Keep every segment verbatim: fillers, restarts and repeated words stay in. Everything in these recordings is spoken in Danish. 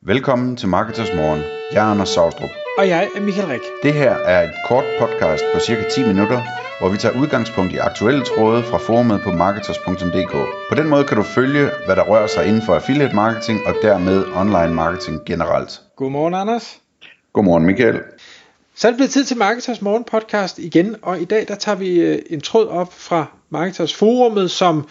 Velkommen til Marketers Morgen. Jeg er Anders Saustrup. Og jeg er Michael Rik. Det her er et kort podcast på cirka ti minutter, hvor vi tager udgangspunkt i aktuelle tråde fra forumet på marketers punktum d k. På den måde kan du følge, hvad der rører sig inden for affiliate marketing og dermed online marketing generelt. Godmorgen, Anders. Godmorgen, Michael. Så er det blevet tid til Marketers Morgen podcast igen, og i dag der tager vi en tråd op fra Marketers forumet, som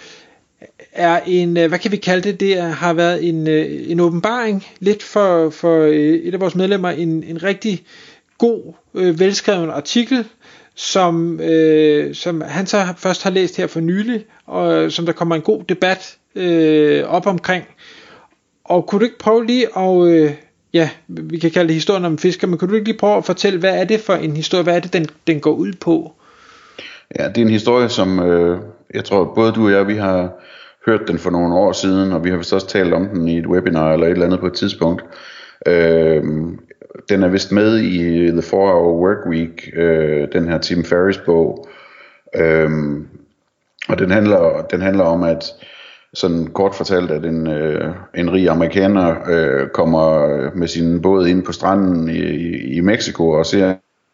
er en, hvad kan vi kalde det, det har været en, en åbenbaring lidt for, for et af vores medlemmer, en, en rigtig god, øh, velskreven artikel, som, øh, som han så først har læst her for nylig, og som der kommer en god debat øh, op omkring. Og kunne du ikke prøve lige at, øh, ja, vi kan kalde det historien om fisker, men kunne du ikke lige prøve at fortælle, hvad er det for en historie, hvad er det, den, den går ud på? Ja, det er en historie, som øh, jeg tror, både du og jeg, vi har hørt den for nogle år siden, og vi har vist også talt om den i et webinar eller et eller andet på et tidspunkt. Øh, den er vist med i The four hour Work Week, øh, den her Tim Ferriss bog. Øh, og den handler, den handler om, at sådan kort fortalt, at en, øh, en rig amerikaner øh, kommer med sin båd ind på stranden i, i, i Mexico og ser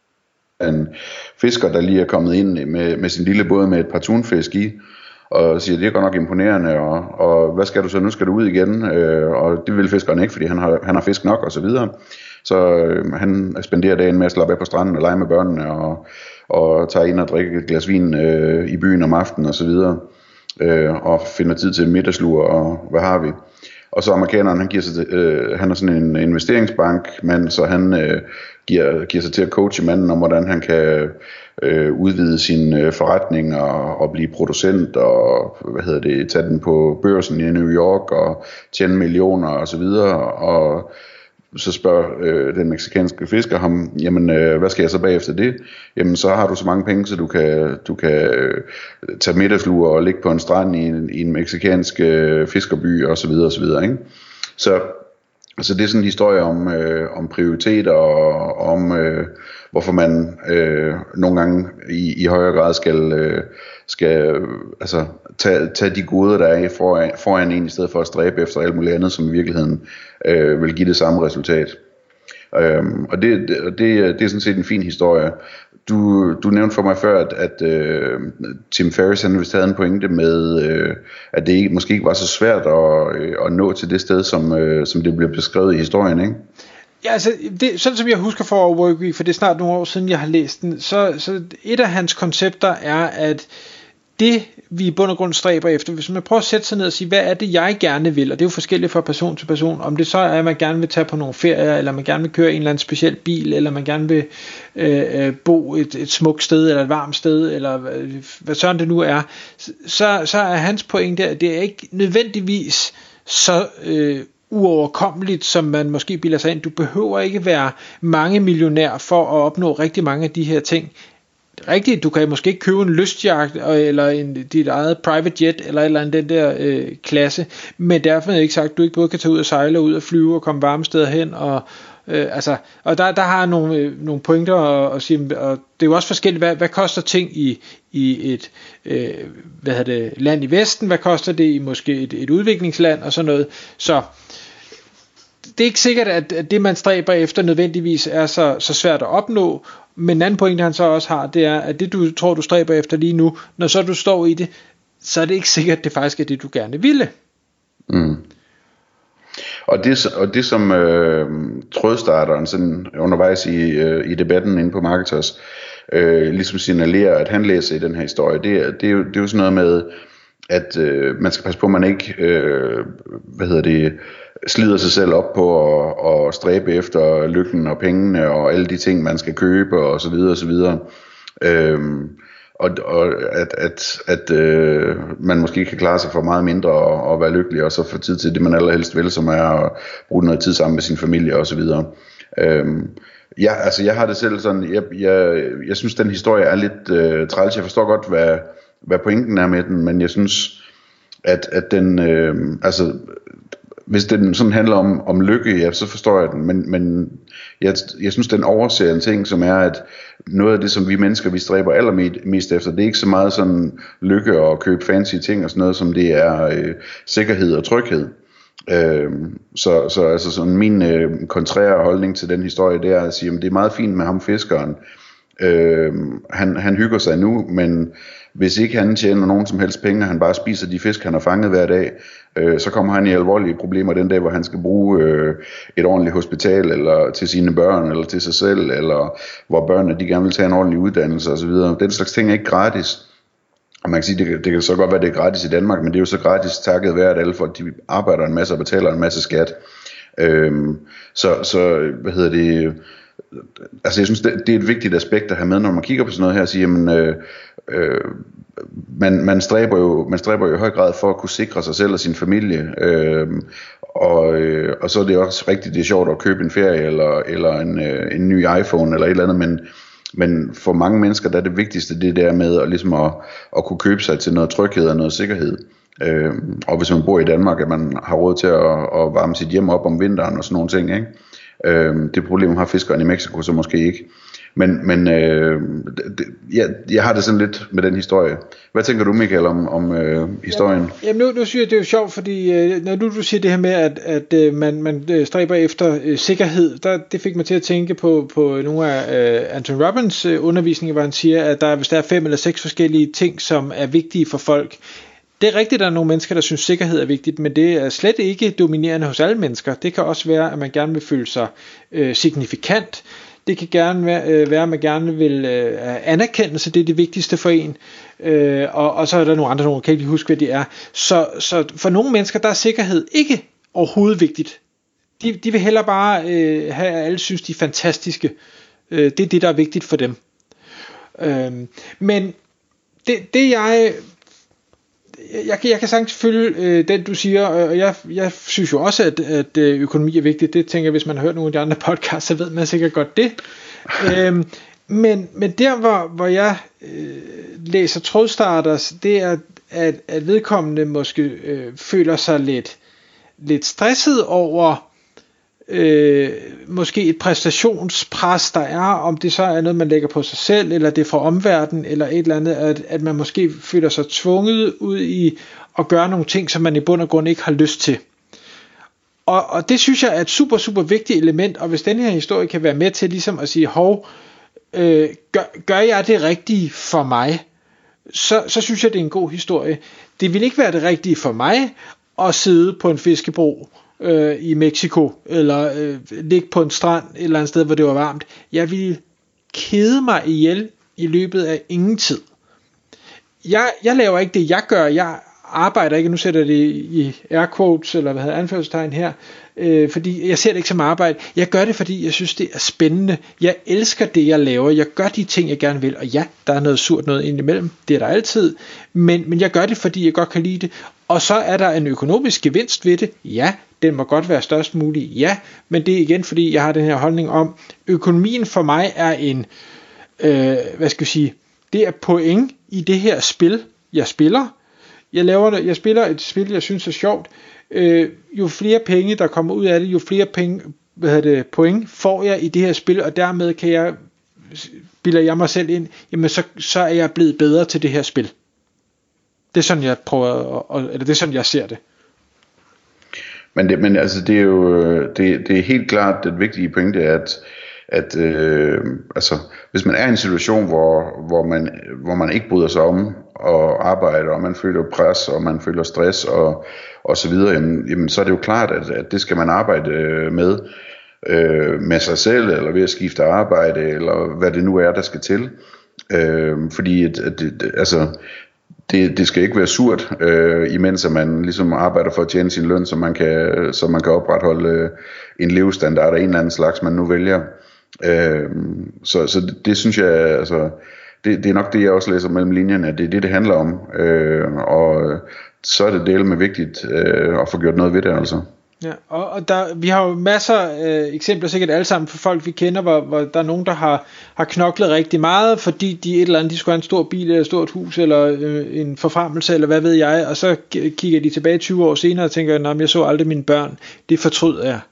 en fisker, der lige er kommet ind med, med sin lille båd med et par tunfisk i, og siger, det er godt nok imponerende, og, og hvad skal du så, nu skal du ud igen, øh, og det vil fiskeren ikke, fordi han har, han har fisk nok, og så videre. Så øh, han spenderer dagen med at slappe af på stranden og lege med børnene, og, og tager ind og drikke et glas vin øh, i byen om aftenen, og så videre, øh, og finder tid til middagslur, og hvad har vi. Og så amerikaneren, han giver sig til, øh, han er sådan en investeringsbank, men så han øh, giver, giver sig til at coache manden om, hvordan han kan øh, udvide sin øh, forretning og, og blive producent og hvad hedder det, tage den på børsen i New York og tjene millioner og så videre. Og så spørger øh, den mexikanske fisker ham, jamen øh, hvad skal jeg så bagefter det? Jamen så har du så mange penge, så du kan, du kan øh, tage middagslure og ligge på en strand i en, i en mexikansk øh, fiskerby og så videre og så videre, ikke? Så altså det er sådan en historie om, øh, om prioriteter og om øh, hvorfor man øh, nogle gange i, i højere grad skal, øh, skal altså, tage, tage de goder der er foran, foran en, i stedet for at stræbe efter alt muligt andet, som i virkeligheden øh, vil give det samme resultat. Øhm, og det, det, det er sådan set en fin historie. Du, du nævnte for mig før, at, at øh, Tim Ferriss han vist havde en pointe med, øh, at det ikke, måske ikke var så svært at, øh, at nå til det sted, som, øh, som det blev beskrevet i historien, ikke? Ja, altså, det, sådan som jeg husker for Work Week, for det er snart nogle år siden, jeg har læst den, så, så et af hans koncepter er, at det vi i bund og grund stræber efter, hvis man prøver at sætte sig ned og sige, hvad er det jeg gerne vil, og det er jo forskelligt fra person til person, om det så er, at man gerne vil tage på nogle ferier, eller man gerne vil køre en eller anden speciel bil, eller man gerne vil øh, bo et, et smukt sted, eller et varmt sted, eller hvad sådan det nu er, så, så er hans pointe, at det er ikke nødvendigvis så øh, uoverkommeligt, som man måske bilder sig ind. Du behøver ikke være mange millionær for at opnå rigtig mange af de her ting. Rigtigt, du kan måske ikke købe en lystjagt eller en, dit eget private jet eller et eller andet den der øh, klasse, men derfor er ikke sagt, at du ikke både kan tage ud og sejle og ud og flyve og komme varme steder hen, og øh, altså, og der, der har nogle, øh, nogle pointer og, og, sige, og det er jo også forskelligt, hvad, hvad koster ting i, i et øh, hvad hedder det, land i Vesten, hvad koster det i måske et, et udviklingsland og sådan noget, så det er ikke sikkert, at det man stræber efter nødvendigvis er så, så svært at opnå, men en anden pointe han så også har, det er, at det du tror du stræber efter lige nu, når så du står i det, så er det ikke sikkert, at det faktisk er det du gerne ville. Mm. Og det, og det som øh, trådstarteren sådan undervejs i, øh, i debatten inde på Marketers øh, ligesom signalerer, at han læser i den her historie, det, det, er, jo, det er jo sådan noget med, at øh, man skal passe på, at man ikke øh, hvad hedder det, slider sig selv op på at, at stræbe efter lykken og pengene og alle de ting man skal købe og så videre og så videre. Øhm, og, og at, at, at øh, man måske kan klare sig for meget mindre og, og være lykkelig og så få tid til det man allerhelst vil, som er at bruge noget tid sammen med sin familie og så videre. Øhm, ja, altså jeg har det selv sådan, jeg, jeg, jeg synes den historie er lidt øh, træls. Jeg forstår godt hvad, hvad pointen er med den, men jeg synes at, at den øh, altså hvis den sådan handler om, om lykke, ja, så forstår jeg den, men, men jeg, jeg synes, den overser en ting, som er, at noget af det, som vi mennesker, vi stræber allermest efter, det er ikke så meget sådan lykke og købe fancy ting og sådan noget, som det er øh, sikkerhed og tryghed. Øh, så, så altså sådan min øh, kontrære holdning til den historie, det er at sige, at det er meget fint med ham fiskeren. Øh, han, han hygger sig nu, men hvis ikke han tjener nogen som helst penge, han bare spiser de fisk, han har fanget hver dag, øh, så kommer han i alvorlige problemer den dag, hvor han skal bruge øh, et ordentligt hospital, eller til sine børn, eller til sig selv, eller hvor børnene de gerne vil tage en ordentlig uddannelse osv. Den slags ting er ikke gratis. Og man kan sige, det, det kan så godt være, det er gratis i Danmark, men det er jo så gratis takket være, at alle folk de arbejder en masse og betaler en masse skat. Øhm, så, så, hvad hedder det... Altså jeg synes det, det er et vigtigt aspekt at have med, når man kigger på sådan noget her, at sige, jamen, øh, øh, man, man, stræber jo, man stræber jo i høj grad for at kunne sikre sig selv og sin familie, øh, og, øh, og så er det også rigtigt, det er sjovt at købe en ferie eller, eller en, øh, en ny iPhone eller et eller andet, men, men for mange mennesker der er det vigtigste det der med at, ligesom at, at kunne købe sig til noget tryghed og noget sikkerhed. Øh, og hvis man bor i Danmark, at man har råd til at, at varme sit hjem op om vinteren og sådan nogle ting, ikke? Øh, det problem har fiskeren i Mexico så måske ikke. Men, men øh, det, jeg, jeg har det sådan lidt med den historie. Hvad tænker du, Michael, om, om øh, historien? Jamen, jamen nu, nu synes jeg, det er jo sjovt, fordi øh, når du, du siger det her med, at, at øh, man, man stræber efter øh, sikkerhed, der, det fik mig til at tænke på, på nogle af øh, Anthony Robbins øh, undervisninger, hvor han siger, at der, hvis der er fem eller seks forskellige ting, som er vigtige for folk. Det er rigtigt, at der er nogle mennesker, der synes sikkerhed er vigtigt, men det er slet ikke dominerende hos alle mennesker. Det kan også være, at man gerne vil føle sig øh, signifikant. Det kan gerne være, øh, være at man gerne vil øh, anerkendelse, det er det vigtigste for en. Øh, og, og så er der nogle andre, nogle kan ikke huske, hvad de er. Så, så for nogle mennesker, der er sikkerhed ikke overhovedet vigtigt. De, de vil hellere bare øh, have, at alle synes, de er fantastiske. Øh, det er det, der er vigtigt for dem. Øh, men det, det jeg... Jeg kan, jeg kan sagtens følge øh, den du siger, og jeg, jeg synes jo også at, at økonomi er vigtigt. Det tænker jeg, hvis man har hørt nogle af de andre podcasts, så ved man sikkert godt det. øhm, men, men der hvor, hvor jeg øh, læser trådstarters, det er at, at vedkommende måske øh, føler sig lidt, lidt stresset over øh, måske et præstationspres der er, om det så er noget man lægger på sig selv, eller det er fra omverdenen, eller et eller andet, at, at man måske føler sig tvunget ud i at gøre nogle ting, som man i bund og grund ikke har lyst til. Og, og det synes jeg er et super super vigtigt element, og hvis den her historie kan være med til ligesom at sige, hov, øh, gør, gør jeg det rigtige for mig, så, så synes jeg det er en god historie. Det vil ikke være det rigtige for mig at sidde på en fiskebro øh, i Mexico, eller øh, ligge på en strand et eller andet sted, hvor det var varmt. Jeg ville kede mig ihjel i løbet af ingen tid. Jeg, jeg laver ikke det, jeg gør. Jeg arbejder ikke, nu sætter jeg det i air quotes, eller hvad hedder anførselstegn her, øh, fordi jeg ser det ikke som arbejde. Jeg gør det, fordi jeg synes, det er spændende. Jeg elsker det, jeg laver. Jeg gør de ting, jeg gerne vil. Og ja, der er noget surt noget indimellem. Det er der altid. Men, men jeg gør det, fordi jeg godt kan lide det. Og så er der en økonomisk gevinst ved det. Ja, den må godt være størst mulig. Ja, men det er igen, fordi jeg har den her holdning om, økonomien for mig er en, øh, hvad skal jeg sige, det er point i det her spil, jeg spiller. Jeg, laver, jeg spiller et spil, jeg synes er sjovt. Øh, jo flere penge, der kommer ud af det, jo flere penge, hvad hedder det, point får jeg i det her spil, og dermed kan jeg, bilder jeg mig selv ind, jamen så, så er jeg blevet bedre til det her spil. Det er sådan, jeg prøver, at, eller det er sådan, jeg ser det. Men det, men altså, det er jo, det, det er helt klart det vigtige pointe, at at øh, altså, hvis man er i en situation, hvor, hvor, man, hvor man ikke bryder sig om at arbejde, og man føler pres, og man føler stress, og, og så videre, jamen, jamen, så er det jo klart, at, at det skal man arbejde med, øh, med sig selv, eller ved at skifte arbejde, eller hvad det nu er, der skal til. Øh, fordi, at, at det, altså, det, det skal ikke være surt, øh, imens at man ligesom arbejder for at tjene sin løn, så man kan, så man kan opretholde øh, en levestandard af en eller anden slags, man nu vælger. Øh, så, så det, det synes jeg, altså, det, det er nok det, jeg også læser mellem linjerne, at det er det, det handler om. Øh, og så er det delt med vigtigt øh, at få gjort noget ved det, altså. Ja, og, og der, vi har jo masser af øh, eksempler, sikkert alle sammen for folk vi kender, hvor, hvor der er nogen der har, har knoklet rigtig meget, fordi de et eller andet, de skulle have en stor bil eller et stort hus eller øh, en forfremmelse eller hvad ved jeg, og så kigger de tilbage tyve år senere og tænker, nej, jeg så aldrig mine børn, det fortryder jeg.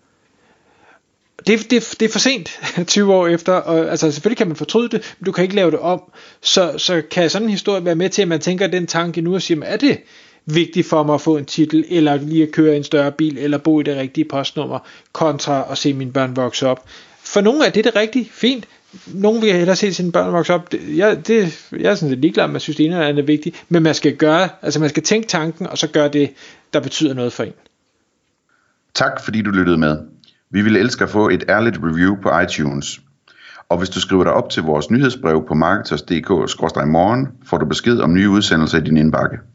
Det, det, det er for sent tyve år efter, og altså selvfølgelig kan man fortryde det, men du kan ikke lave det om. Så, så kan sådan en historie være med til, at man tænker den tanke nu og siger, er det, vigtigt for mig at få en titel, eller lige at køre en større bil, eller bo i det rigtige postnummer, kontra at se mine børn vokse op. For nogle er det det rigtig fint. Nogle vil hellere se sine børn vokse op. Jeg, det, jeg er sådan lidt ligeglad, man synes, det ene eller andet er vigtigt. Men man skal gøre, altså man skal tænke tanken, og så gøre det, der betyder noget for en. Tak fordi du lyttede med. Vi ville elske at få et ærligt review på iTunes. Og hvis du skriver dig op til vores nyhedsbrev på marketers punktum d k skråstreg morgen, får du besked om nye udsendelser i din indbakke.